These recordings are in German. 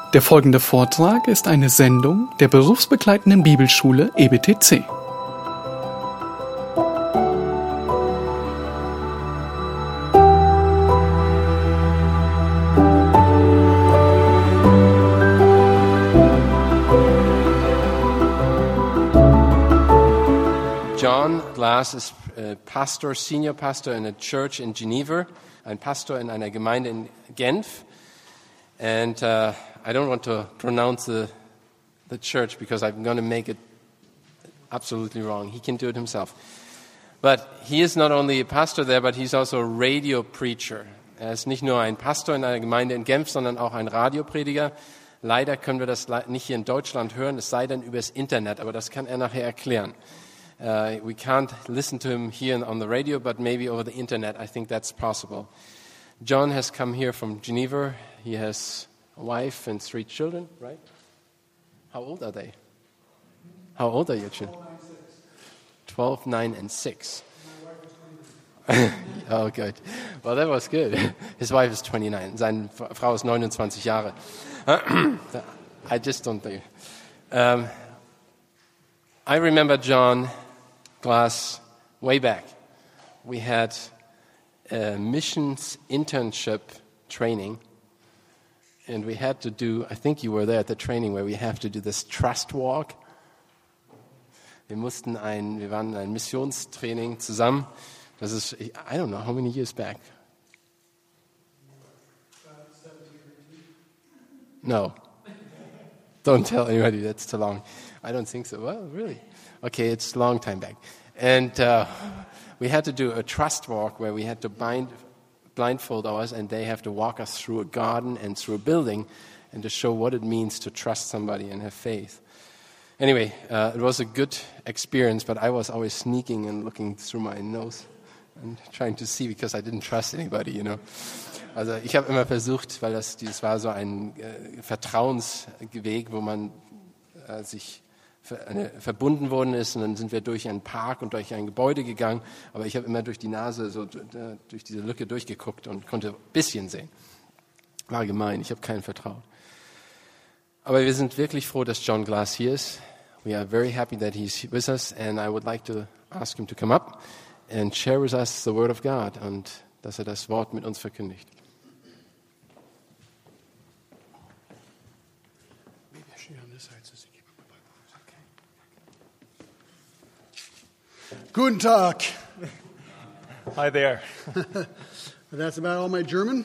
Der folgende Vortrag ist eine Sendung der berufsbegleitenden Bibelschule EBTC. John Glass ist Pastor, Senior Pastor in a church in Geneva, ein Pastor in einer Gemeinde in Genf. And I don't want to pronounce the church because I'm going to make it absolutely wrong. He can do it himself. But he is not only a pastor there, but he's also a radio preacher. Er ist nicht nur ein Pastor in einer Gemeinde in Genf, sondern auch ein Radioprediger. Leider können wir das nicht hier in Deutschland hören, es sei denn übers Internet, aber das kann er nachher erklären. We can't listen to him here on the radio, but maybe over the internet. I think that's possible. John has come here from Geneva. He has a wife and 3 children, right? How old are they? How old are your children? 12, 9, and 6. Oh, good. Well, that was good. His wife is 29. Seine Frau ist 29 Jahre. I just don't think. I remember John Glass way back. We had a missions internship training, and we had to do, I think you were there at the training, where we have to do this trust walk. Wir waren ein Missionstraining zusammen. Das ist, I don't know, how many years back? No. Don't tell anybody, that's too long. I don't think so. Well, really? Okay, it's a long time back. And we had to do a trust walk where we had to blindfold us, and they have to walk us through a garden and through a building and to show what it means to trust somebody and have faith. Anyway, it was a good experience, but I was always sneaking and looking through my nose and trying to see because I didn't trust anybody, you know. Also ich habe immer versucht, weil das war so ein Vertrauensweg, wo man sich verbunden worden ist, und dann sind wir durch einen Park und durch ein Gebäude gegangen, aber ich habe immer durch die Nase so durch diese Lücke durchgeguckt und konnte ein bisschen sehen. War gemein, ich habe keinen vertraut. Aber wir sind wirklich froh, dass John Glass hier ist. We are very happy that he's with us, and I would like to ask him to come up and share with us the Word of God, und dass er das Wort mit uns verkündigt. Guten Tag. Hi there. That's about all my German.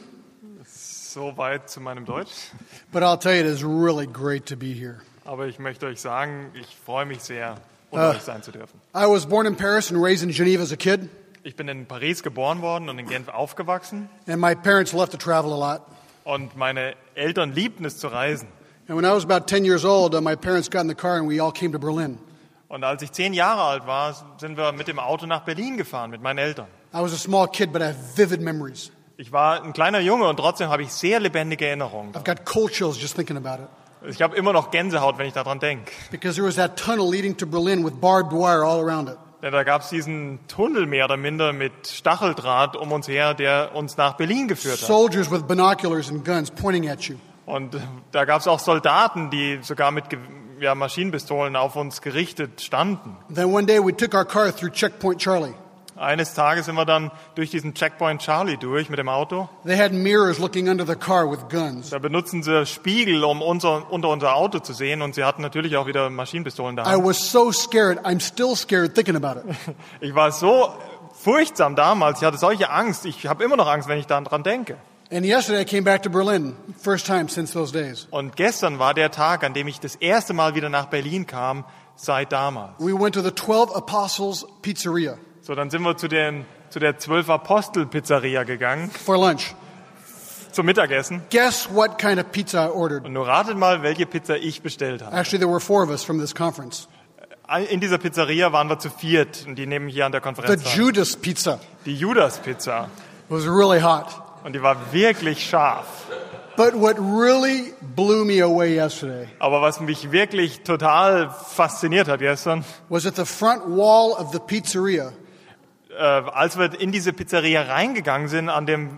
Soweit zu meinem Deutsch. But I'll tell you, it is really great to be here. Aber ich möchte euch sagen, ich freue mich sehr, unter euch sein zu dürfen. I was born in Paris and raised in Geneva as a kid. Ich bin in Paris geboren worden und in Genf aufgewachsen. And my parents loved to travel a lot. Und meine Eltern liebten es zu reisen. And when I was about 10 years old, my parents got in the car and we all came to Berlin. Und als ich 10 Jahre alt war, sind wir mit dem Auto nach Berlin gefahren, mit meinen Eltern. I was a small kid, but I have vivid memories. Ich war ein kleiner Junge und trotzdem habe ich sehr lebendige Erinnerungen. I've got cold chills just thinking about it. Ich habe immer noch Gänsehaut, wenn ich daran denke. Because there was that tunnel leading to Berlin with barbed wire all around it. Denn da gab es diesen Tunnel mehr oder minder mit Stacheldraht um uns her, der uns nach Berlin geführt hat. Soldiers with binoculars and guns pointing at you. Und da gab es auch Soldaten, die sogar mit Maschinenpistolen auf uns gerichtet standen. Then one day we took our car through Checkpoint Charlie. Eines Tages sind wir dann durch diesen Checkpoint Charlie durch mit dem Auto. They had mirrors looking under the car with guns. Da benutzen sie Spiegel, um unter unser Auto zu sehen, und sie hatten natürlich auch wieder Maschinenpistolen da. I was so scared. I'm still scared thinking about it. Ich war so furchtsam damals, ich hatte solche Angst. Ich habe immer noch Angst, wenn ich daran denke. And yesterday I came back to Berlin, first time since those days. Und gestern war der Tag, an dem ich das erste Mal wieder nach Berlin kam, seit damals. We went to the 12 Apostles Pizzeria. So, dann sind wir zu der 12 Apostel Pizzeria gegangen. For lunch. Zum Mittagessen. Guess what kind of pizza I ordered? Und nur ratet mal, welche Pizza ich bestellt habe. Actually, there were 4 of us from this conference. In dieser Pizzeria waren wir zu 4, und die nehmen hier an der Konferenz The teil. Judas pizza. Die Judas Pizza. It was really hot. Und die war wirklich scharf. But what really blew me away yesterday Aber was mich wirklich total fasziniert hat gestern, was at the front wall of the pizzeria als wir in diese Pizzeria reingegangen sind, an dem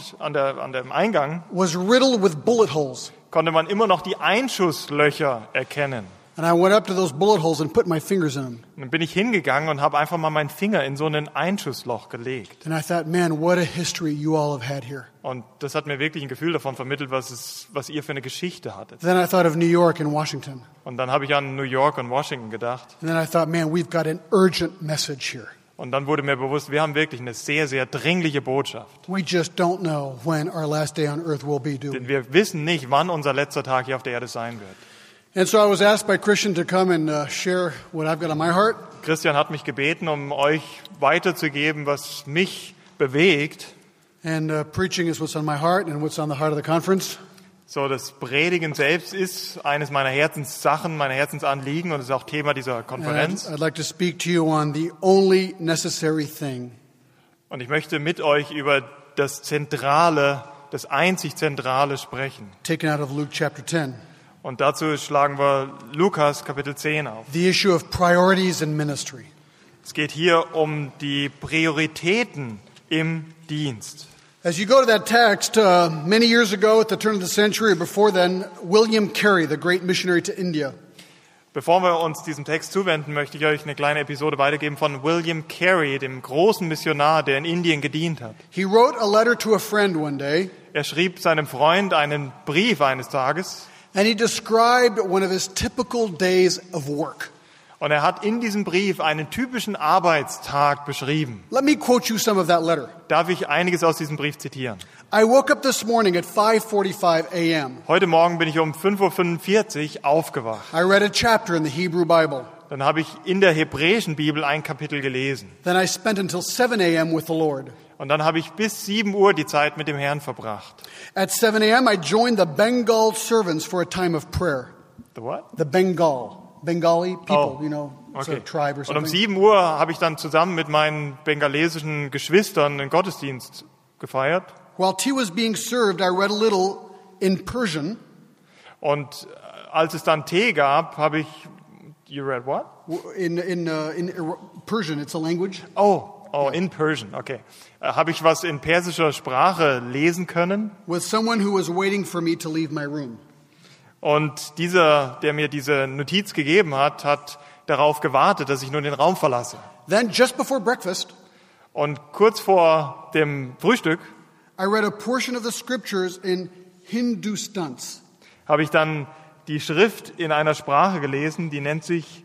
Eingang, was riddled with bullet holes. konnte man immer noch die Einschusslöcher erkennen. And I went up to those bullet holes and put my fingers in them. Und dann bin ich hingegangen und habe einfach mal meinen Finger in so ein Einschussloch gelegt. And I thought, man, what a history you all have had here. Und das hat mir wirklich ein Gefühl davon vermittelt, was ihr für eine Geschichte hattet. Then I thought of New York and Washington. Und dann habe ich an New York und Washington gedacht. And then I thought, man, we've got an urgent message here. Und dann wurde mir bewusst, wir haben wirklich eine sehr, sehr dringliche Botschaft. We just don't know when our last day on earth will be, do we? Denn wir wissen nicht, wann unser letzter Tag hier auf der Erde sein wird. And so I was asked by Christian to come and share what I've got on my heart. Christian hat mich gebeten, um euch weiterzugeben, was mich bewegt. And preaching is what's on my heart and what's on the heart of the conference. So, das Predigen selbst ist eines meiner Herzenssachen, meiner Herzensanliegen und ist auch Thema dieser Konferenz. And I'd like to speak to you on the only necessary thing. Und ich möchte mit euch über das Zentrale, das einzig Zentrale sprechen. Taken out of Luke chapter 10. Und dazu schlagen wir Lukas Kapitel 10 auf. The issue of priorities in ministry. Es geht hier um die Prioritäten im Dienst. As you go to that text, many years ago at the turn of the century, or before then, William Carey, the great missionary to India, Bevor wir uns diesem Text zuwenden, möchte ich euch eine kleine Episode weitergeben von William Carey, dem großen Missionar, der in Indien gedient hat. he wrote a letter to a friend one day, Er schrieb seinem Freund einen Brief eines Tages and he described one of his typical days of work. und er hat in diesem Brief einen typischen Arbeitstag beschrieben. Let me quote you some of that letter. Darf ich einiges aus diesem Brief zitieren? I woke up this morning at 5:45 a.m. Heute Morgen bin ich um 5:45 Uhr aufgewacht. I read a chapter in the Hebrew Bible. Dann habe ich in der hebräischen Bibel ein Kapitel gelesen. Then I spent until 7 a.m. with the Lord. Und dann habe ich bis 7 Uhr die Zeit mit dem Herrn verbracht. At 7 a.m., I joined the Bengal servants for a time of prayer. The what? The Bengali people, Oh, you know, it's a Okay. tribe or Und um something. 7 Uhr habe ich dann zusammen mit meinen bengalesischen Geschwistern einen Gottesdienst gefeiert. While tea was being served, I read a little in Persian. Und als es dann Tee gab, habe ich... You read what? In Persian, it's a language. In Persian, okay. Habe ich was in persischer Sprache lesen können. With someone who was waiting for me to leave my room. Und dieser, der mir diese Notiz gegeben hat, hat darauf gewartet, dass ich nur den Raum verlasse. Then, just before breakfast, Und kurz vor dem Frühstück I read a portion of the scriptures in Hindustans. habe ich dann die Schrift in einer Sprache gelesen, die nennt sich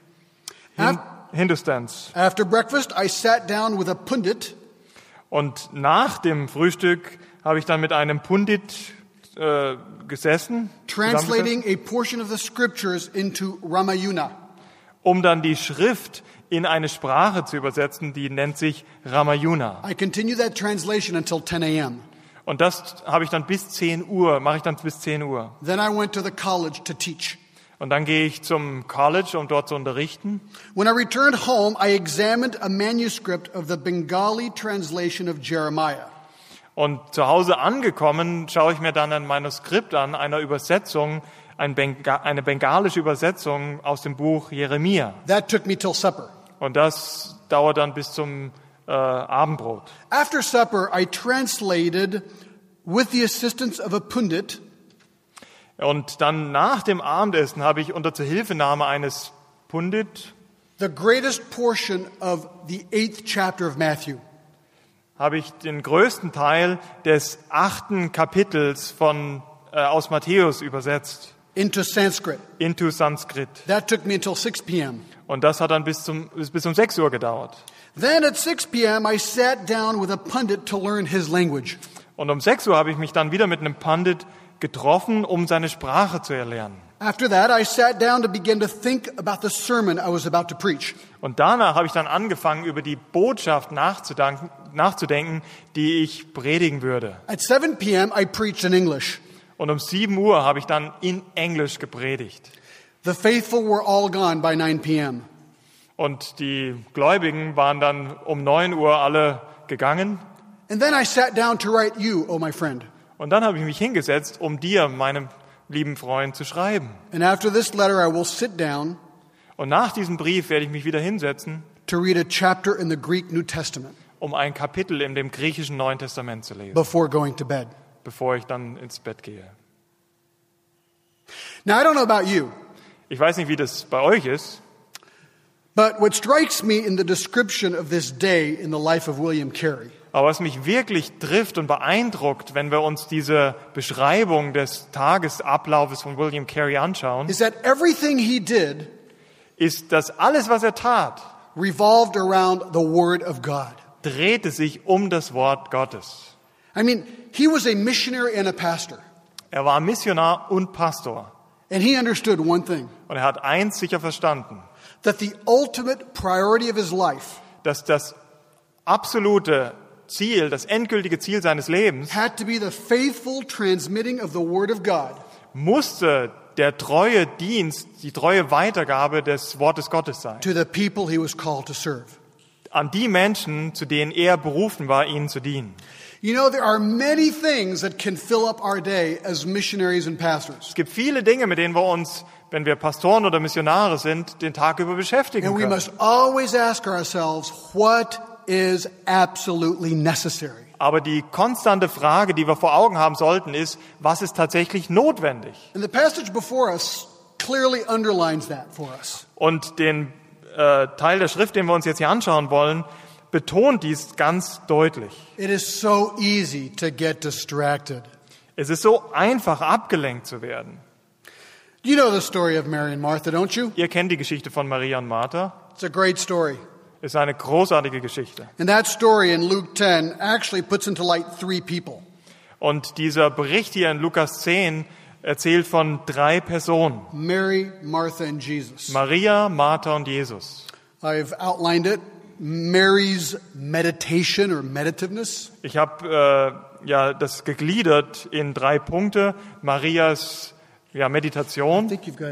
Hindustans. After breakfast, I sat down with a pundit Und nach dem Frühstück habe ich dann mit einem Pundit gesessen, translating a portion of the scriptures into Ramayana. um dann die Schrift in eine Sprache zu übersetzen, die nennt sich Ramayana. I continued that translation until 10 a.m. Und das habe ich dann bis 10 Uhr, mache ich dann bis 10 Uhr. Then I went to the college to teach. Und dann gehe ich zum College, um dort zu unterrichten. When I returned home, I examined a manuscript of the Bengali translation of Jeremiah. Und zu Hause angekommen, schaue ich mir dann ein Manuskript an, einer Übersetzung, eine bengalische Übersetzung aus dem Buch Jeremia. That took me till supper. Und das dauert dann bis zum Abendbrot. After supper, I translated, with the assistance of a pundit, Und dann nach dem Abendessen habe ich unter Zuhilfenahme eines Pundit, the greatest portion of the 8th chapter of Matthew. habe ich den größten Teil des 8. Kapitels aus Matthäus übersetzt Into Sanskrit. into Sanskrit. That took me until 6 p.m. Und das hat dann bis um 6 Uhr gedauert. Then at 6 p.m., I sat down with a pundit to learn his language. Und um 6 Uhr habe ich mich dann wieder mit einem Pandit getroffen, um seine Sprache zu erlernen. After that, I sat down to begin to think about the sermon I was about to preach. Und danach habe ich dann angefangen, über die Botschaft nachzudenken, die ich predigen würde. At 7 p.m., I preached in English. Und um 7 Uhr habe ich dann in Englisch gepredigt. The faithful were all gone by 9 p.m. Und die Gläubigen waren dann um 9 Uhr alle gegangen. And then I sat down to write you, oh my friend. Und dann habe ich mich hingesetzt, um dir, meinem lieben Freund, zu schreiben. And after this letter, I will sit down Und nach diesem Brief werde ich mich wieder hinsetzen, to read a chapter in the Greek New Testament. um ein Kapitel in dem griechischen Neuen Testament zu lesen, before going to bed. bevor ich dann ins Bett gehe. Now, I don't know about you, Ich weiß nicht, wie das bei euch ist, but what strikes me in the description of this day in the life of William Carey aber was mich wirklich trifft und beeindruckt, wenn wir uns diese Beschreibung des Tagesablaufes von William Carey anschauen, is that everything he did ist, dass alles, was er tat, revolved around the Word of God. drehte sich um das Wort Gottes. I mean, he was a missionary and a pastor, Er war Missionar und Pastor. and he understood one thing, Und er hat eins sicher verstanden, that the ultimate priority of his life dass das absolute Ziel, das endgültige Ziel seines Lebens had to be the faithful transmitting of the Word of God musste der treue Dienst, die treue Weitergabe des Wortes Gottes sein. to the people he was called to serve. An die Menschen, zu denen er berufen war, ihnen zu dienen. You know, there are many things that can fill up our day as missionaries and pastors. Es gibt viele Dinge, mit denen wir uns, wenn wir Pastoren oder Missionare sind, den Tag über beschäftigen And we können. must always ask ourselves, what is absolutely necessary? Aber die konstante Frage, die wir vor Augen haben sollten, ist, was ist tatsächlich notwendig? And the passage before us clearly underlines that for us. Und den Teil der Schrift, den wir uns jetzt hier anschauen wollen, betont dies ganz deutlich. It is so easy to get distracted. Es ist so einfach, abgelenkt zu werden. You know the story of Mary and Martha, don't you? Ihr kennt die Geschichte von Maria und Martha. It's a great story. Ist eine großartige Geschichte. And that story in Luke 10 actually puts into light three people. Und dieser Bericht hier in Lukas 10 erzählt von 3 Personen. Mary, Martha, and Jesus. Maria, Martha und Jesus. I've outlined it. Mary's meditation or meditativeness. Ich habe das gegliedert in 3 Punkte. Marias Meditation. I think you've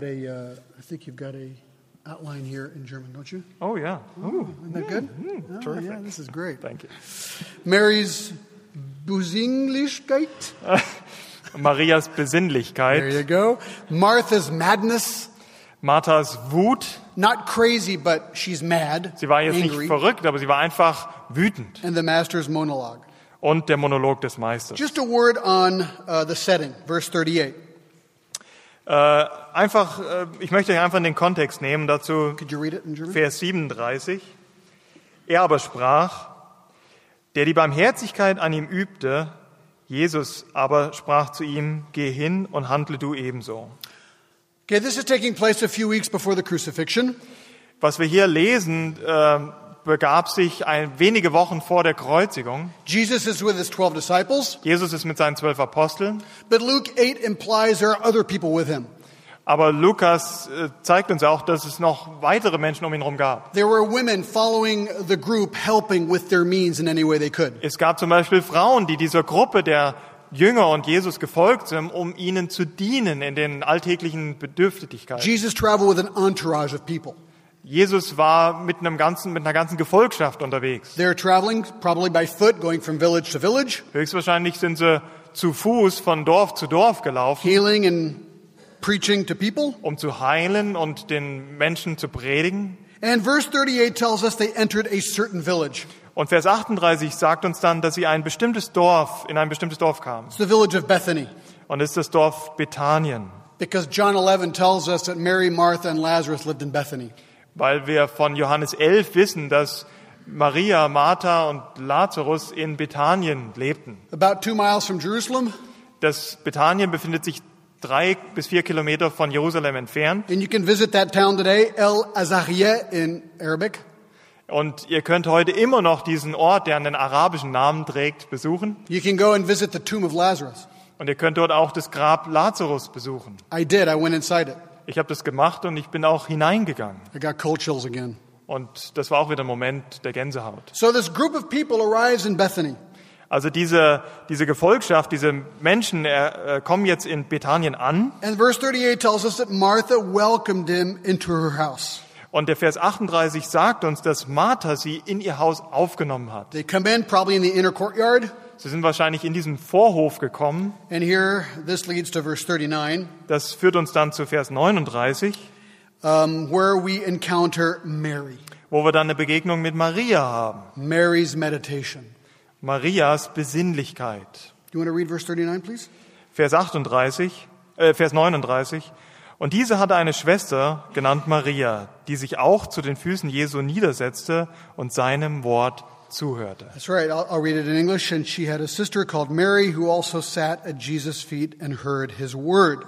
got a outline here in German, don't you? Oh ja. Isn't that good? Oh, yeah, this is great. Danke. Mary's Businglichkeit. Marias There Besinnlichkeit. you go. Martha's madness. Marthas Wut. Not crazy, but she's mad. Sie war jetzt nicht angry. verrückt, aber sie war einfach wütend. And the master's monologue. Und der Monolog des Meisters. Just a word on the setting, verse 38. Ich möchte euch einfach in den Kontext nehmen, dazu Could you read it in German? Vers 37. Er aber sprach, der die Barmherzigkeit an ihm übte, Jesus aber sprach zu ihm, geh hin und handle du ebenso. Okay, this is taking place a few weeks before the crucifixion. Was wir hier lesen, begab sich wenige Wochen vor der Kreuzigung. Jesus is with his 12 disciples, Jesus ist mit seinen 12 Aposteln, but Luke 8 implies there are other people with him. aber Lukas zeigt uns auch, dass es noch weitere Menschen um ihn herum gab. There were women following the group, helping with their means in any way they could. Es gab zum Beispiel Frauen, die dieser Gruppe der Jünger und Jesus gefolgt sind, um ihnen zu dienen in den alltäglichen Bedürftigkeiten. Jesus traveled with an entourage of people. Jesus war mit einer ganzen Gefolgschaft unterwegs. They're traveling probably by foot, going from village to village, Höchstwahrscheinlich sind sie zu Fuß von Dorf zu Dorf gelaufen, healing and preaching to people. um zu heilen und den Menschen zu predigen. And verse 38 tells us they entered a certain village. Und Vers 38 sagt uns dann, dass sie in ein bestimmtes Dorf kamen. It's the village of Bethany, Und es ist das Dorf Bethanien. because John 11 tells us that Mary, Martha, and Lazarus lived in Bethany. Weil wir von Johannes 11 wissen, dass Maria, Martha und Lazarus in Bethanien lebten. About 2 miles from Jerusalem, Das Bethanien befindet sich 3 bis 4 Kilometer von Jerusalem entfernt. and you can visit that town today, El Azariah in Arabic. Und ihr könnt heute immer noch diesen Ort, der einen arabischen Namen trägt, besuchen. You can go and visit the tomb of Lazarus. Und ihr könnt dort auch das Grab Lazarus besuchen. I did. I went inside it. Ich habe das gemacht und ich bin auch hineingegangen. I got cold chills again. Und das war auch wieder ein Moment der Gänsehaut. So this group of people arrives in Bethany. Also diese Gefolgschaft, diese Menschen kommen jetzt in Bethanien an. And verse 38 tells us that Martha welcomed him into her house. Und der Vers 38 sagt uns, dass Martha sie in ihr Haus aufgenommen hat. They come in probably in the inner courtyard. Sie sind wahrscheinlich in diesen Vorhof gekommen. And here, this leads to verse 39, Das führt uns dann zu Vers 39, where we encounter Mary. wo wir dann eine Begegnung mit Maria haben. Mary's meditation. Marias Besinnlichkeit. Do you want to read verse 39, please? Vers 39. Und diese hatte eine Schwester, genannt Maria, die sich auch zu den Füßen Jesu niedersetzte und seinem Wort zuhörte. That's right. I'll read it in English. And she had a sister called Mary who also sat at Jesus' feet and heard his word.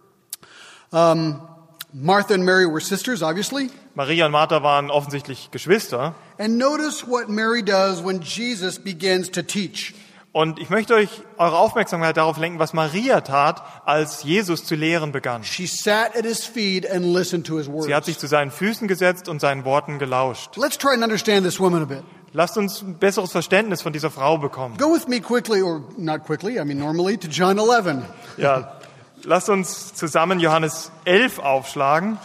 Martha and Mary were sisters, obviously. Maria und Martha waren offensichtlich Geschwister. And notice what Mary does when Jesus begins to teach. Und ich möchte euch eure Aufmerksamkeit darauf lenken, was Maria tat, als Jesus zu lehren begann. She sat at his feet and listened to his words. Sie hat sich zu seinen Füßen gesetzt und seinen Worten gelauscht. Let's try and understand this woman a bit. Lasst uns ein besseres Verständnis von dieser Frau bekommen. Go with me quickly, or not quickly, I mean normally, to John 11. Ja, lasst uns zusammen Johannes 11 aufschlagen.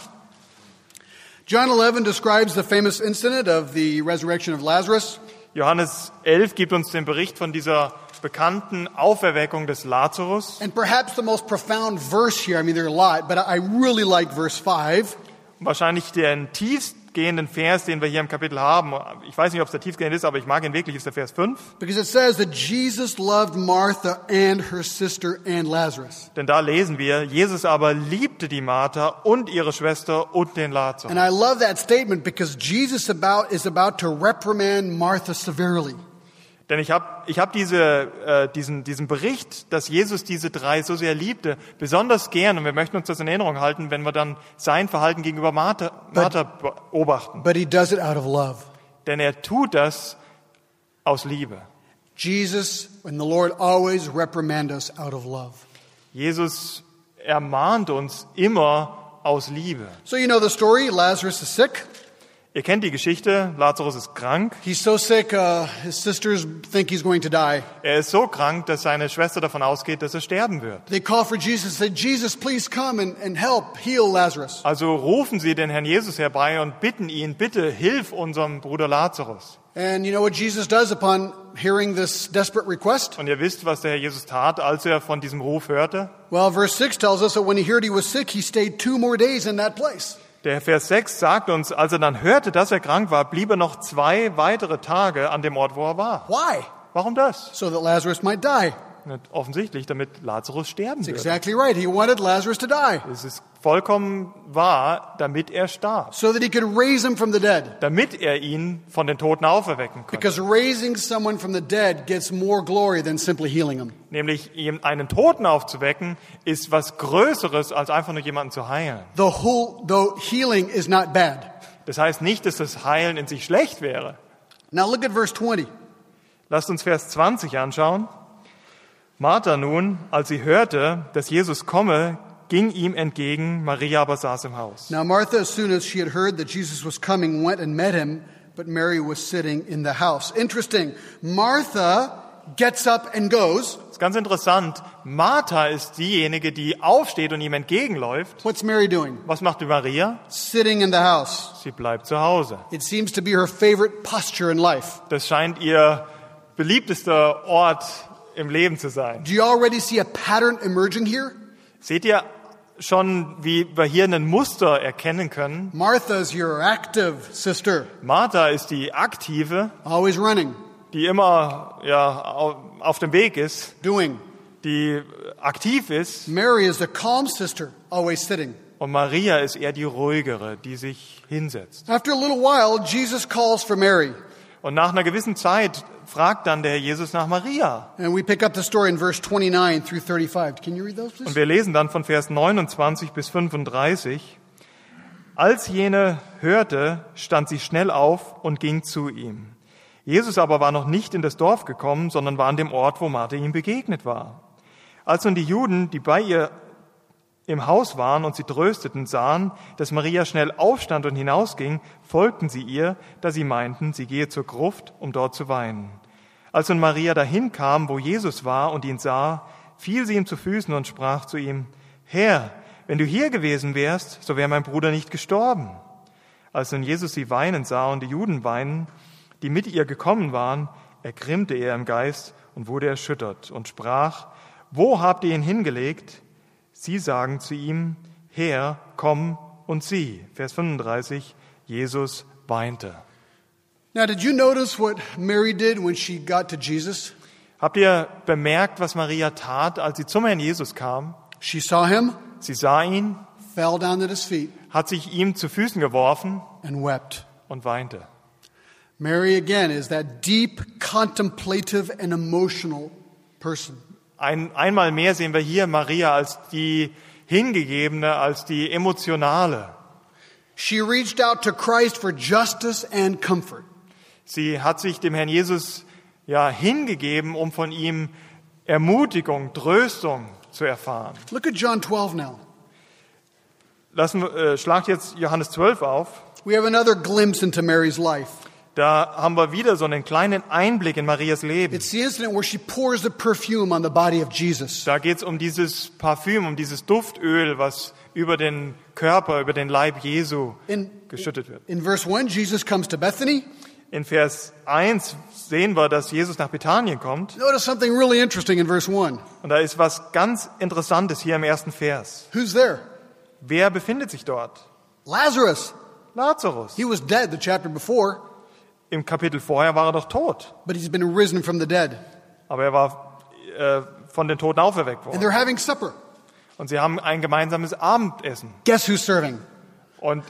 John 11 describes the famous incident of the resurrection of Lazarus. Johannes 11 gibt uns den Bericht von dieser bekannten Auferweckung des Lazarus. And perhaps the most profound verse here, I mean there are a lot, but I really like verse 5. Wahrscheinlich den tiefgehenden Vers, den wir hier im Kapitel haben. Ich weiß nicht, ob es der tiefgehend ist, aber ich mag ihn wirklich, ist der Vers 5. Because it says that Jesus loved Martha and her sister and Lazarus. Denn da lesen wir, Jesus aber liebte die Martha und ihre Schwester und den Lazarus. And I love that statement because Jesus is about to reprimand Martha severely. Denn ich hab diesen Bericht, dass Jesus diese drei so sehr liebte, besonders gern. Und wir möchten uns das in Erinnerung halten, wenn wir dann sein Verhalten gegenüber Martha beobachten. But he does it out of love. Denn er tut das aus Liebe. Jesus and the Lord always reprimand us out of love. Jesus ermahnt uns immer aus Liebe. So you know the story, Lazarus is sick. Ihr kennt die Geschichte, Lazarus ist krank. He's so sick, his sisters think he's going to die. Er ist so krank, dass seine Schwester davon ausgeht, dass er sterben wird. They call for Jesus and say, Jesus, please come and help, heal Lazarus. Also rufen sie den Herrn Jesus herbei und bitten ihn, bitte hilf unserem Bruder Lazarus. And you know what Jesus does upon hearing this desperate request? Und ihr wisst, was der Herr Jesus tat, als er von diesem Ruf hörte? Well, verse 6 tells us that when he heard he was sick, he stayed 2 more days in that place. Der Vers 6 sagt uns, als er dann hörte, dass er krank war, blieb er noch 2 weitere Tage an dem Ort, wo er war. Why? Warum das? So that Lazarus might die. Offensichtlich, damit Lazarus sterben That's würde. exactly right. He wanted Lazarus to die. Es ist vollkommen wahr, damit er starb. So that he could raise him from the dead. Damit er ihn von den Toten auferwecken konnte. Because raising someone from the dead gets more glory than simply healing him. Nämlich ihm einen Toten aufzuwecken, ist was Größeres, als einfach nur jemanden zu heilen. Though healing is not bad. Das heißt nicht, dass das Heilen in sich schlecht wäre. Now look at verse 20. Lasst uns Vers 20 anschauen. Martha nun, als sie hörte, dass Jesus komme, ging ihm entgegen, Maria aber saß im Haus. Now Martha, as soon as she had heard that Jesus was coming, went and met him, but Mary was sitting in the house. Interesting. Martha gets up and goes. Das ist ganz interessant. Martha ist diejenige, die aufsteht und ihm entgegenläuft. What's Mary doing? Was macht die Maria? Sitting in the house. Sie bleibt zu Hause. It seems to be her favorite posture in life. Das scheint ihr beliebtester Ort im Leben zu sein. Do you already see a pattern emerging here? Seht ihr schon, wie wir hier ein Muster erkennen können? Martha's your active sister, Martha ist die Aktive, always running, die immer auf dem Weg ist, doing. die aktiv ist. Mary is the calm sister, always sitting. Und Maria ist eher die Ruhigere, die sich hinsetzt. After a little while, Jesus calls for Mary. Und nach einer gewissen Zeit fragt dann der Herr Jesus nach Maria. And we pick up the story in verse 29 through 35. Can you read those, Und please? wir lesen dann von Vers 29 bis 35. Als jene hörte, stand sie schnell auf und ging zu ihm. Jesus aber war noch nicht in das Dorf gekommen, sondern war an dem Ort, wo Martha ihm begegnet war. Als nun die Juden, die bei ihr im Haus waren und sie trösteten, sahen, dass Maria schnell aufstand und hinausging, folgten sie ihr, da sie meinten, sie gehe zur Gruft, um dort zu weinen. Als nun Maria dahin kam, wo Jesus war und ihn sah, fiel sie ihm zu Füßen und sprach zu ihm, Herr, wenn du hier gewesen wärst, so wäre mein Bruder nicht gestorben. Als nun Jesus sie weinen sah und die Juden weinen, die mit ihr gekommen waren, ergrimmte er im Geist und wurde erschüttert und sprach, wo habt ihr ihn hingelegt? Sie sagen zu ihm, Herr, komm und sieh. Vers 35, Jesus weinte. Now, did you notice what Mary did when she got to Jesus? Habt ihr bemerkt, was Maria tat, als sie zum Herrn Jesus kam? She saw him, Sie sah ihn, fell down at his feet, hat sich ihm zu Füßen geworfen and wept. und weinte. Mary, again, is that deep, contemplative, and emotional person. Einmal mehr sehen wir hier Maria als die Hingegebene, als die Emotionale. She reached out to Christ for justice and comfort. Sie hat sich dem Herrn Jesus hingegeben, um von ihm Ermutigung, Tröstung zu erfahren. Look at John 12 now. Schlagt jetzt Johannes 12 auf. We have another glimpse into Mary's life. Da haben wir wieder so einen kleinen Einblick in Marias Leben. It's the incident where she pours the perfume on the body of Jesus. Da geht es um dieses Parfüm, um dieses Duftöl, was über den Körper, über den Leib Jesu geschüttet wird. In verse 1, Jesus comes to Bethany. In Vers 1 sehen wir, dass Jesus nach Bethanien kommt. Notice something really interesting in verse 1. Und da ist was ganz Interessantes hier im ersten Vers. Who's there? Wer befindet sich dort? Lazarus. Lazarus. He was dead the chapter before, Im Kapitel vorher war er doch tot. but he's been risen from the dead. Aber er war von den Toten auferweckt And worden. they're having supper. Und sie haben ein gemeinsames Abendessen. Guess who's serving? Und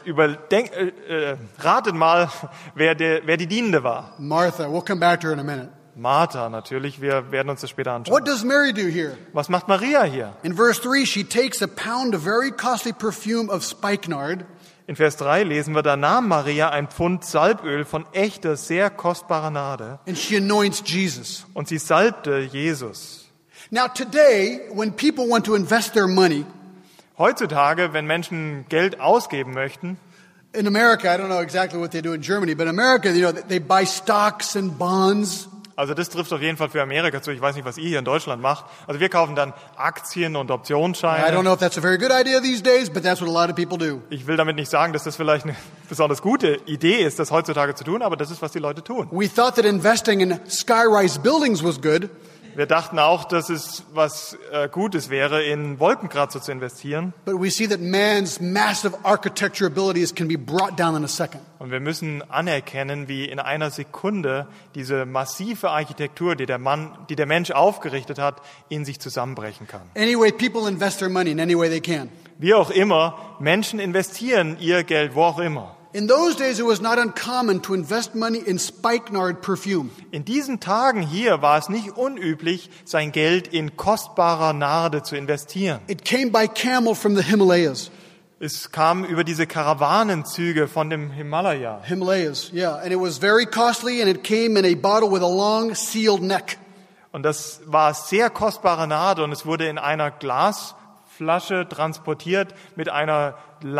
ratet mal, wer die Dienende war. Martha. We'll come back to her in a minute. Martha natürlich, wir werden uns das später anschauen. What does Mary do here? Was macht Maria hier? In verse 3, she takes a pound of very costly perfume of spikenard, In Vers 3 lesen wir, da nahm Maria ein Pfund Salböl von echter, sehr kostbarer Nade and she anoints Jesus. und sie salbte Jesus. Now today, when people want to invest their money, Heutzutage, wenn Menschen Geld ausgeben möchten, in America, I don't know exactly what they do in Germany, but in America, they buy stocks and bonds. also das trifft auf jeden Fall für Amerika zu, ich weiß nicht, was ihr hier in Deutschland macht, also wir kaufen dann Aktien und I don't Optionsscheine. know if that's a very good idea these days, but that's what a lot of people do. Ich will damit nicht sagen, dass das vielleicht eine besonders gute Idee ist, das heutzutage zu tun, aber das ist, was die Leute tun. We thought that investing in sky-rise buildings was good, Wir dachten auch, dass es was Gutes wäre, in Wolkenkratzer zu investieren. but we see that man's massive architecture abilities can be brought down in a second. Und wir müssen anerkennen, wie in einer Sekunde diese massive Architektur, die der Mensch aufgerichtet hat, in sich zusammenbrechen kann. Anyway, people invest their money in any way they can. Wie auch immer, Menschen investieren ihr Geld wo auch immer. In those days, it was not uncommon to invest money in spikenard perfume. In diesen Tagen hier war es nicht unüblich, sein Geld in kostbarer Narde zu investieren. It came by camel from the Himalayas. Es kam über diese Karawanenzüge von dem Himalaya. Himalayas, yeah. And it was very costly, and it came in a bottle with a long sealed neck. Und das war sehr kostbare Narde und es wurde in einer Glasflasche transportiert mit einem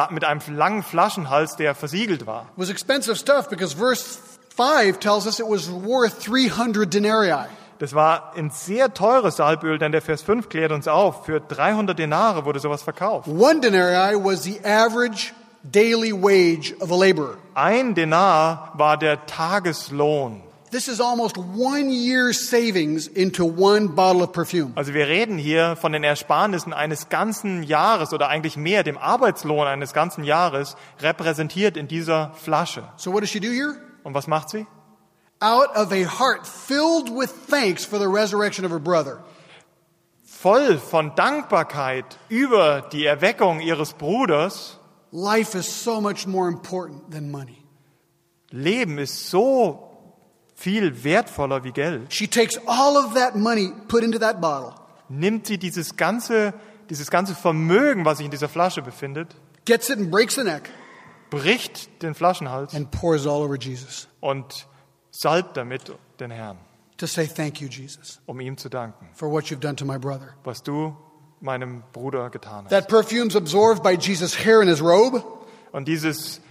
langen Flaschenhals, der versiegelt war. It was expensive stuff because verse 5 tells us it was worth 300 denarii. Das war ein sehr teures Salböl, denn der Vers 5 klärt uns auf. Für 300 Denare wurde sowas verkauft. 1 denarii was the average daily wage of a laborer. 1 Denar war der Tageslohn. This is almost 1 year's savings into 1 bottle of perfume. Also wir reden hier von den Ersparnissen eines ganzen Jahres oder eigentlich mehr, dem Arbeitslohn eines ganzen Jahres, repräsentiert in dieser Flasche. So what does she do here? Und was macht sie? Out of a heart filled with thanks for the resurrection of her brother, Voll von Dankbarkeit über die Erweckung ihres Bruders. life is so much more important than money. Leben ist so viel wertvoller wie Geld. She takes all of that money put into that bottle, Nimmt sie dieses ganze Vermögen, was sich in dieser Flasche befindet, gets it and breaks the neck, bricht den Flaschenhals and pours it all over Jesus und salbt damit den Herrn, to say thank you, Jesus, um ihm zu danken, for what you've done to my brother. was du meinem Bruder getan hast. That perfume's absorbed by Jesus' hair in his robe, Und dieses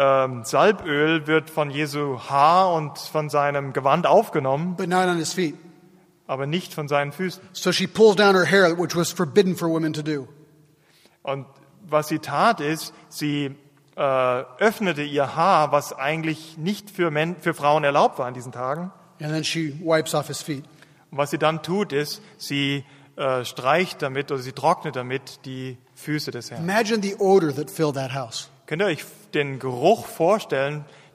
Salböl wird von Jesu Haar und von seinem Gewand aufgenommen, but not on his feet. aber nicht von seinen Füßen. So she pulls down her hair, which was forbidden for women to do. Und was sie tat ist, sie öffnete ihr Haar, was eigentlich nicht für Frauen erlaubt war in diesen Tagen. And then she wipes off his feet. Und was sie dann tut ist, sie streicht damit oder sie trocknet damit die Füße des Herrn. Imagine the odor that filled that house. Könnt ihr euch den Geruch vorstellen,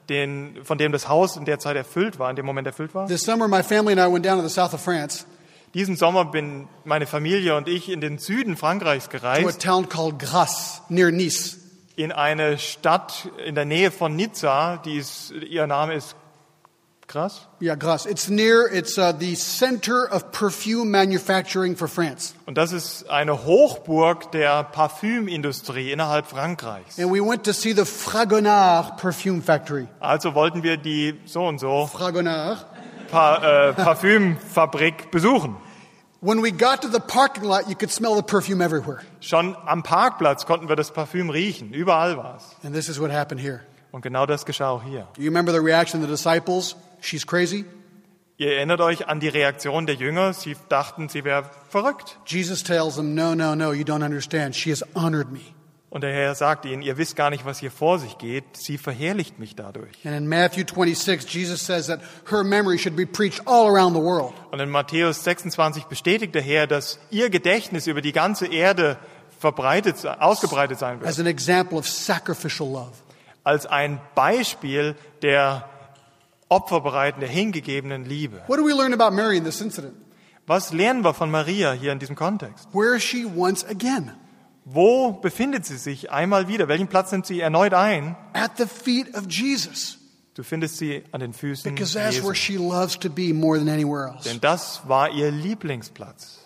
von dem das Haus in der Zeit erfüllt war, in dem Moment erfüllt war. This summer, my family and I went down to the south of France Diesen Sommer bin meine Familie und ich in den Süden Frankreichs to a gereist, town called Grasse, near Nice. in eine Stadt in der Nähe von Nizza, ihr Name ist krass. Yeah, Grasse. It's the center of perfume manufacturing for France. Und das ist eine Hochburg der Parfümindustrie innerhalb Frankreichs. And we went to see the Fragonard perfume factory. Also wollten wir die so und so Fragonard. Parfümfabrik besuchen. When we got to the parking lot, you could smell the perfume everywhere. Schon am Parkplatz konnten wir das Parfüm riechen. Überall war es. And this is what happened here. Und genau das geschah auch hier. Do you remember the reaction of the disciples? She's crazy. Ihr erinnert euch an die Reaktion der Jünger. Sie dachten, sie wäre verrückt. Jesus tells them, no, you don't understand. She has honored me. Und der Herr sagt ihnen, ihr wisst gar nicht, was hier vor sich geht. Sie verherrlicht mich dadurch. And in Matthew 26, Jesus says that her memory should be preached all around the world. Und in Matthäus 26 bestätigt der Herr, dass ihr Gedächtnis über die ganze Erde ausgebreitet sein wird. As an example of sacrificial love. Als ein Beispiel der opferbereiten, der hingegebenen Liebe. What do we learn about Mary in this incident? Was lernen wir von Maria hier in diesem Kontext? Where is she once again? Wo befindet sie sich einmal wieder? Welchen Platz nimmt sie erneut ein? At the feet of Jesus. Du findest sie an den Füßen Because that's Jesu. where she loves to be more than anywhere else. Denn das war ihr Lieblingsplatz.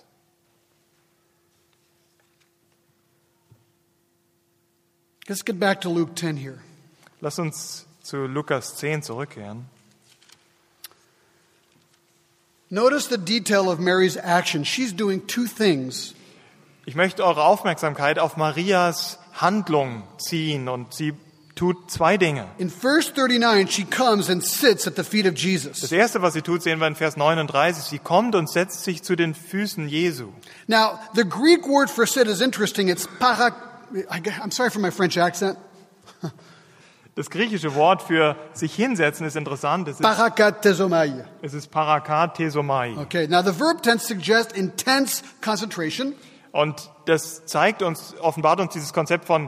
Let's get back to Luke 10 here. Lass uns zu Lukas 10 zurückkehren. Notice the detail of Mary's action. She's doing two things. Ich möchte eure Aufmerksamkeit auf Marias Handlung ziehen und sie tut zwei Dinge. In verse 39, she comes and sits at the feet of Das Jesus. erste, was sie tut, sehen wir in Vers 39. Sie kommt und setzt sich zu den Füßen Jesu. Now, the Greek word for sit is interesting. It's I'm sorry for my French accent. Das griechische Wort für sich hinsetzen ist interessant. Es Parakatezomai. ist parakatesomai. Okay, now the verb tense suggests intense concentration. Und das offenbart uns dieses Konzept von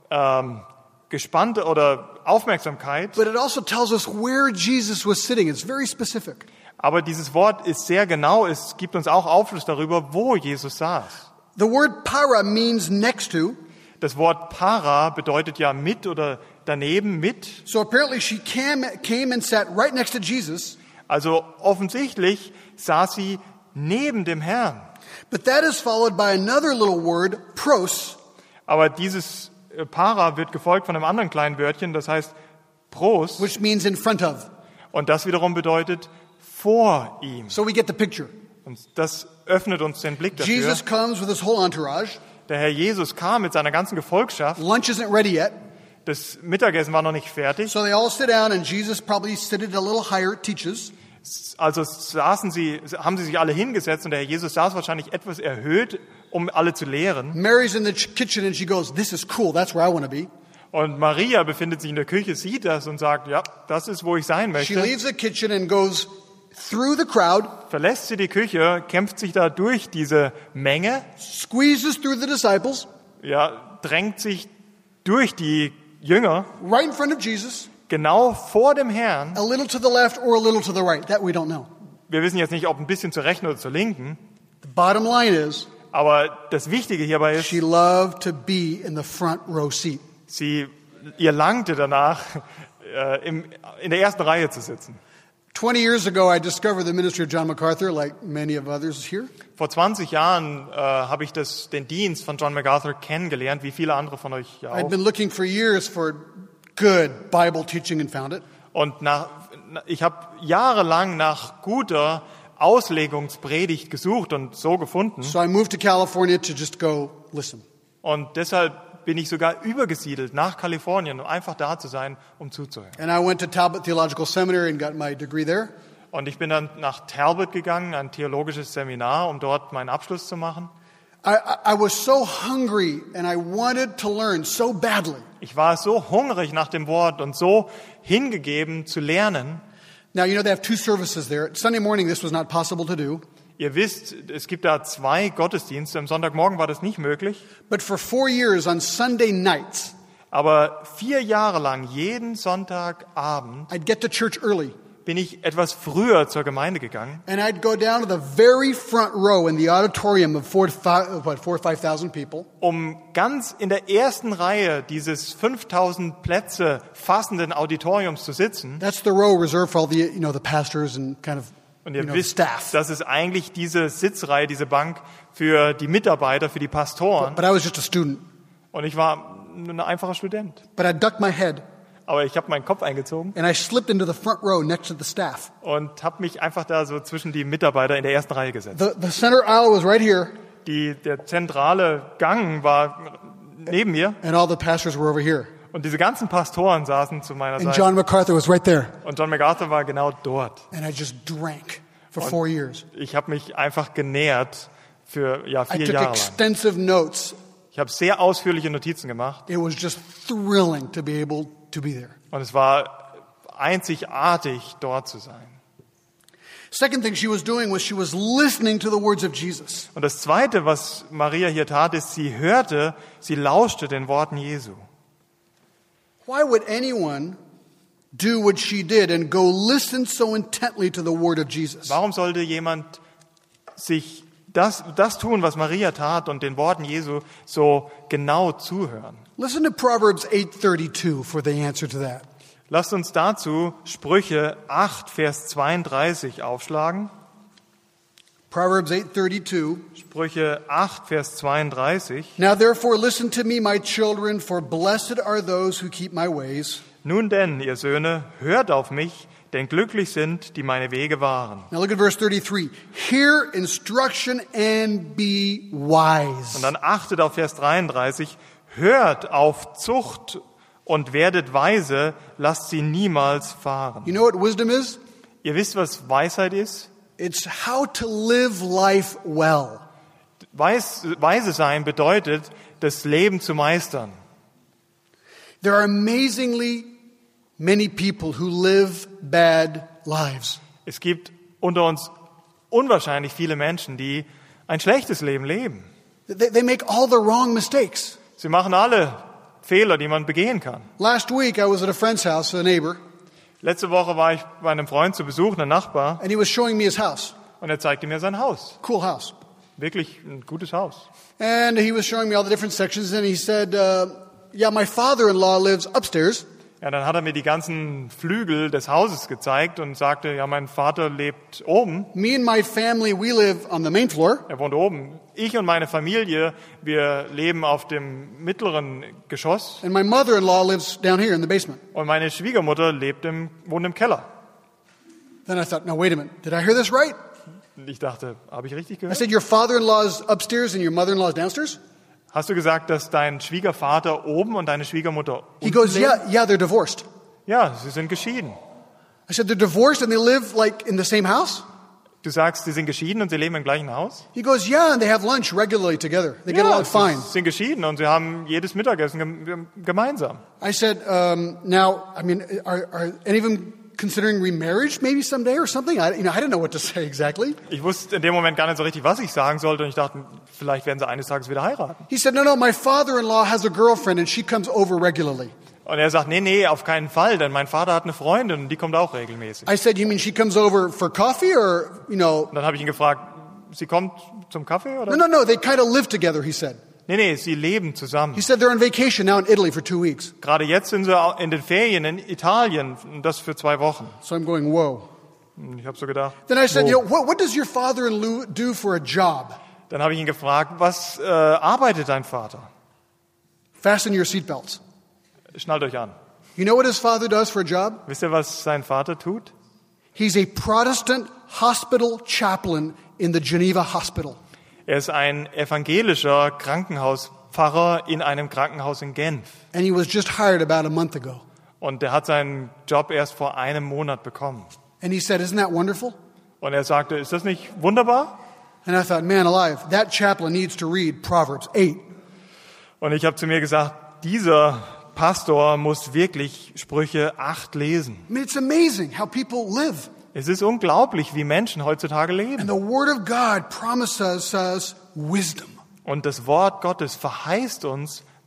gespannte oder Aufmerksamkeit. But it also tells us where Jesus was sitting. It's very specific. Aber dieses Wort ist sehr genau. Es gibt uns auch Aufschluss darüber, wo Jesus saß. The word para means next to. Das Wort para bedeutet ja mit oder daneben mit. So apparently she came and sat right next to Jesus. Also offensichtlich saß sie neben dem Herrn. But that is followed by another little word, pros, Aber dieses para wird gefolgt von einem anderen kleinen Wörtchen, das heißt pros. which means in front of. Und das wiederum bedeutet vor ihm. So we get the picture. Und das öffnet uns den Blick dafür. Jesus comes with his whole entourage. Der Herr Jesus kam mit seiner ganzen Gefolgschaft. Lunch isn't ready yet. Das Mittagessen war noch nicht fertig. So they all sit down and Jesus probably sitted a little higher, teaches. Also haben sie sich alle hingesetzt und der Herr Jesus saß wahrscheinlich etwas erhöht, um alle zu lehren. Mary's in the kitchen and she goes, this is cool, that's where I want to be. Und Maria befindet sich in der Küche, sieht das und sagt, ja, das ist, wo ich sein She möchte. leaves the kitchen and goes through the crowd, Verlässt sie die Küche, kämpft sich da durch diese Menge, squeezes through the disciples, ja, drängt sich durch die Jünger, right in front of Jesus, genau vor dem Herrn. a little to the left or a little to the right. That we don't know. Wir wissen jetzt nicht, ob ein bisschen zur rechten oder zur linken, The bottom line is, aber das Wichtige hierbei ist, she loved to be in the front row seat. ihr langte danach, in der ersten Reihe zu sitzen. 20 years ago, I discovered the ministry of John MacArthur, like many of others here. Vor 20 Jahren habe ich den Dienst von John MacArthur kennengelernt, wie viele andere von euch ja I'd auch. been looking for years for good Bible teaching and found it. Und ich habe jahrelang nach guter Auslegungspredigt gesucht und so gefunden. So I moved to California to just go listen. Und deshalb bin ich sogar übergesiedelt nach Kalifornien, um einfach da zu sein, um zuzuhören. And I went to Talbot Theological Seminary and got my degree there. Und ich bin dann nach Talbot gegangen, ein theologisches Seminar, um dort meinen Abschluss zu machen. I was so hungry and I wanted to learn so badly. Ich war so hungrig nach dem Wort und so hingegeben zu lernen. Now, you know, they have two services there. Sunday morning, this was not possible to do. Ihr wisst, es gibt da 2 Gottesdienste. Am Sonntagmorgen war das nicht möglich. But for 4 years on Sunday nights, Aber 4 Jahre lang, jeden Sonntagabend, I'd get to church early. bin ich etwas früher zur Gemeinde gegangen. And I'd go down to the very front row in the auditorium of 4,000 or 5,000 people. Um ganz in der ersten Reihe dieses 5000 Plätze fassenden Auditoriums zu sitzen. That's the row reserved for all the, the pastors and kind of, Und ihr the wisst, staff. das ist eigentlich diese Sitzreihe, diese Bank für die Mitarbeiter, für die Pastoren. But I was just a student. Und ich war ein einfacher Student. But I ducked my head Aber ich habe meinen Kopf eingezogen and I slipped into the front row next to the staff. und habe mich einfach da so zwischen die Mitarbeiter in der ersten Reihe gesetzt. The center aisle was right here, Der zentrale Gang war neben mir and all the pastors were over here. und diese ganzen Pastoren saßen zu meiner And Seite. John MacArthur was right there. Und John MacArthur war genau dort. And I just drank for 4 years. Ich habe mich einfach genährt für I 4 took Jahre lang. extensive notes. Ich habe sehr ausführliche Notizen gemacht It was just thrilling to be able to be there. und es war einzigartig, dort zu sein. Second thing she was doing was she was listening to the words of Jesus. Und das Zweite, was Maria hier tat, ist, sie lauschte den Worten Jesu. Why would anyone do what she did and go listen so intently to the word of Jesus? Warum sollte jemand sich das tun, was Maria tat und den Worten Jesu so genau zuhören? Listen to Proverbs 8:32 for the answer to that. Lasst uns dazu Sprüche 8, Vers 32 aufschlagen. Proverbs 8:32. Sprüche 8, Vers 32. Now therefore listen to me, my children, for blessed are those who keep my ways. Nun denn, ihr Söhne, hört auf mich, denn glücklich sind, die meine Wege wahren. Now look at verse 33. Hear instruction and be wise. Und dann achtet auf Vers 33. Hört auf Zucht und werdet weise, lasst sie niemals fahren. You know what wisdom is? Ihr wisst, was Weisheit ist? It's how to live life well. Weise sein bedeutet, das Leben zu meistern. There are amazingly many people who live bad lives. Es gibt unter uns unwahrscheinlich viele Menschen, die ein schlechtes Leben leben. They make all the wrong mistakes. Sie machen alle Fehler, die man begehen kann. Last week I was at a friend's house, a neighbor, Letzte Woche war ich bei einem Freund zu Besuch, einem Nachbar, and he was showing me his house. und er zeigte mir sein Haus. Cool house. Wirklich ein gutes Haus. And he was showing me all the different sections, and he said, yeah, my father-in-law lives upstairs. Ja, dann hat er mir die ganzen Flügel des Hauses gezeigt und sagte, ja, mein Vater lebt oben. Me and my family, we live on the main floor. Er wohnt oben. Ich und meine Familie, wir leben auf dem mittleren Geschoss. And my mother-in-law lives down here in the basement. Und meine Schwiegermutter wohnt im Keller. Then I thought, no, wait a minute. Did I hear this right? Und ich dachte, habe ich richtig I gehört? said, your father-in-law is upstairs and your mother-in-law is downstairs? Hast du gesagt, dass dein Schwiegervater oben und deine Schwiegermutter He unten goes, leben? yeah, they're divorced. Ja, sie sind geschieden. I said, they're divorced and they live like in the same house? Du sagst, sie sind geschieden und sie leben im gleichen Haus? He goes, yeah, and they have lunch regularly together. They get along fine. sie sind geschieden und sie haben jedes Mittagessen gemeinsam. I said, now, I mean, are any of them considering remarriage maybe someday or something? I didn't know what to say exactly. Ich wusste in dem Moment gar nicht so richtig, was ich sagen sollte, und ich dachte, vielleicht werden sie eines Tages wieder heiraten. He said, no, my father-in-law has a girlfriend and she comes over regularly. Und er sagt, nee, auf keinen Fall, denn mein Vater hat eine Freundin und die kommt auch regelmäßig. I said, you mean she comes over for coffee or, Und dann habe ich ihn gefragt, sie kommt zum Kaffee oder? No, they kind of live together, he said. Nee, sie leben zusammen. He said they're on vacation now in Italy for 2 weeks. Gerade jetzt sind sie in den Ferien in Italien, und das für 2 Wochen. So I'm going, whoa. Und ich habe so gedacht, Then I said, what does your father-in-law do for a job? dann habe ich ihn gefragt, was arbeitet dein Vater? Fasten your seatbelts. Schnallt euch an. You know what his father does for a job? Wisst ihr, was sein Vater tut? He's a Protestant hospital chaplain in the Geneva Hospital. Er ist ein evangelischer Krankenhauspfarrer in einem Krankenhaus in Genf. And he was just hired about a month ago. Und der hat seinen Job erst vor einem Monat bekommen. And he said, isn't that wonderful? Und er sagte, ist das nicht wunderbar? And I thought, man alive, that chaplain needs to read Proverbs 8. Und ich habe zu mir gesagt, dieser Pastor muss wirklich Sprüche 8 lesen. I mean, it's amazing how people live. Es ist unglaublich, wie Menschen heutzutage And leben. the Word of God promises us wisdom. Und das Wort Gottes verheißt uns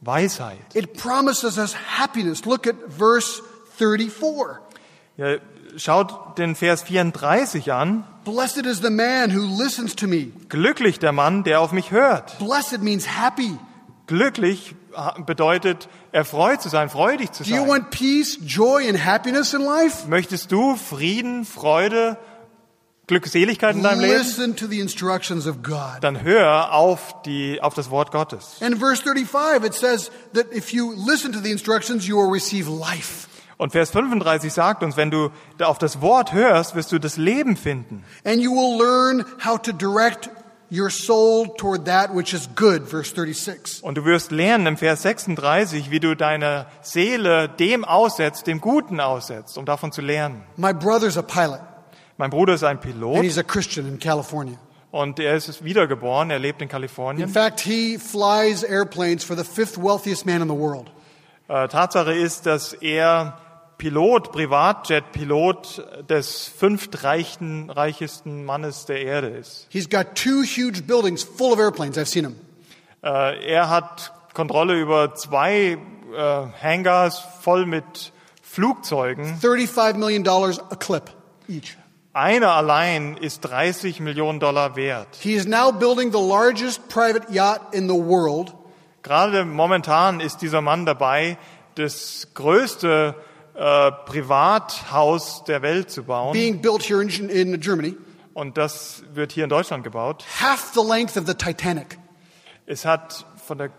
Weisheit. It promises us happiness. Look at verse 34. Ja, schaut den Vers 34 an. Blessed is the man who listens to me. Glücklich der Mann, der auf mich hört. Blessed means happy. Glücklich bedeutet, erfreut zu sein, freudig zu Do you sein. want peace, joy, and happiness in life? Möchtest du Frieden, Freude, Glückseligkeit in deinem Leben? Listen to the instructions of God. Dann hör auf das Wort Gottes. And in verse 35, it says that if you listen to the instructions, you will receive life. Und Vers 35 sagt uns, wenn du auf das Wort hörst, wirst du das Leben finden. And you will learn how to direct your soul toward that which is good, verse 36. Und du wirst lernen im Vers 36, wie du deine Seele dem aussetzt, dem Guten aussetzt, um davon zu lernen. My brother's a pilot, Mein Bruder ist ein and Pilot he's a Christian in California. und er ist wiedergeboren, er lebt in In Kalifornien. fact, he flies airplanes for the 5th wealthiest man in the world. Tatsache ist, dass er Privatjet-Pilot des 5. reichesten Mannes der Erde ist. He's got 2 huge buildings full of airplanes. I've seen him. Er hat Kontrolle über 2 Hangars voll mit Flugzeugen. $35 million a clip each. Einer allein ist $30 Millionen wert. He is now building the largest private yacht in the world. Gerade momentan ist dieser Mann dabei, das größte Privathaus der Welt zu bauen. Being built here in Germany. Und das wird hier in Deutschland gebaut. Half the length of the Titanic. Es hat von der...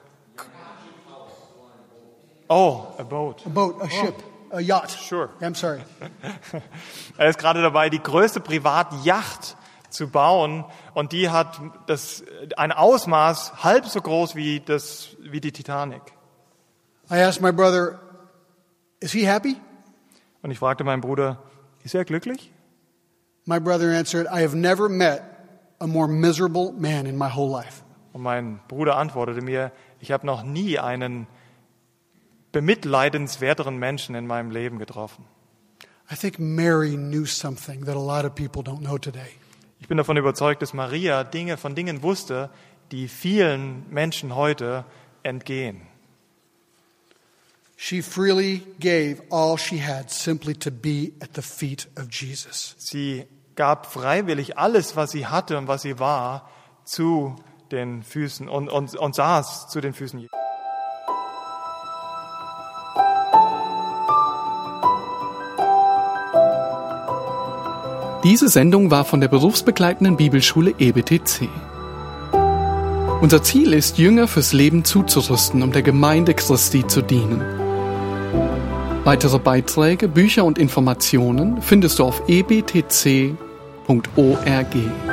Oh, a boat. A boat, a ship, a yacht. Sure. I'm sorry. Er ist gerade dabei, die größte Privatjacht zu bauen. Und die hat ein Ausmaß halb so groß wie die Titanic. I asked my brother, is he happy? Und ich fragte meinen Bruder, ist er glücklich? My brother answered, I have never met a more miserable man in my whole life. Und mein Bruder antwortete mir, ich habe noch nie einen bemitleidenswerteren Menschen in meinem Leben getroffen. I think Mary knew something that a lot of people don't know today. Ich bin davon überzeugt, dass Maria von Dingen wusste, die vielen Menschen heute entgehen. She freely gave all she had simply to be at the feet of Jesus. Sie gab freiwillig alles, was sie hatte und was sie war, zu den Füßen und saß zu den Füßen Jesu. Diese Sendung war von der berufsbegleitenden Bibelschule EBTC. Unser Ziel ist, Jünger fürs Leben zuzurüsten, um der Gemeinde Christi zu dienen. Weitere Beiträge, Bücher und Informationen findest du auf ebtc.org.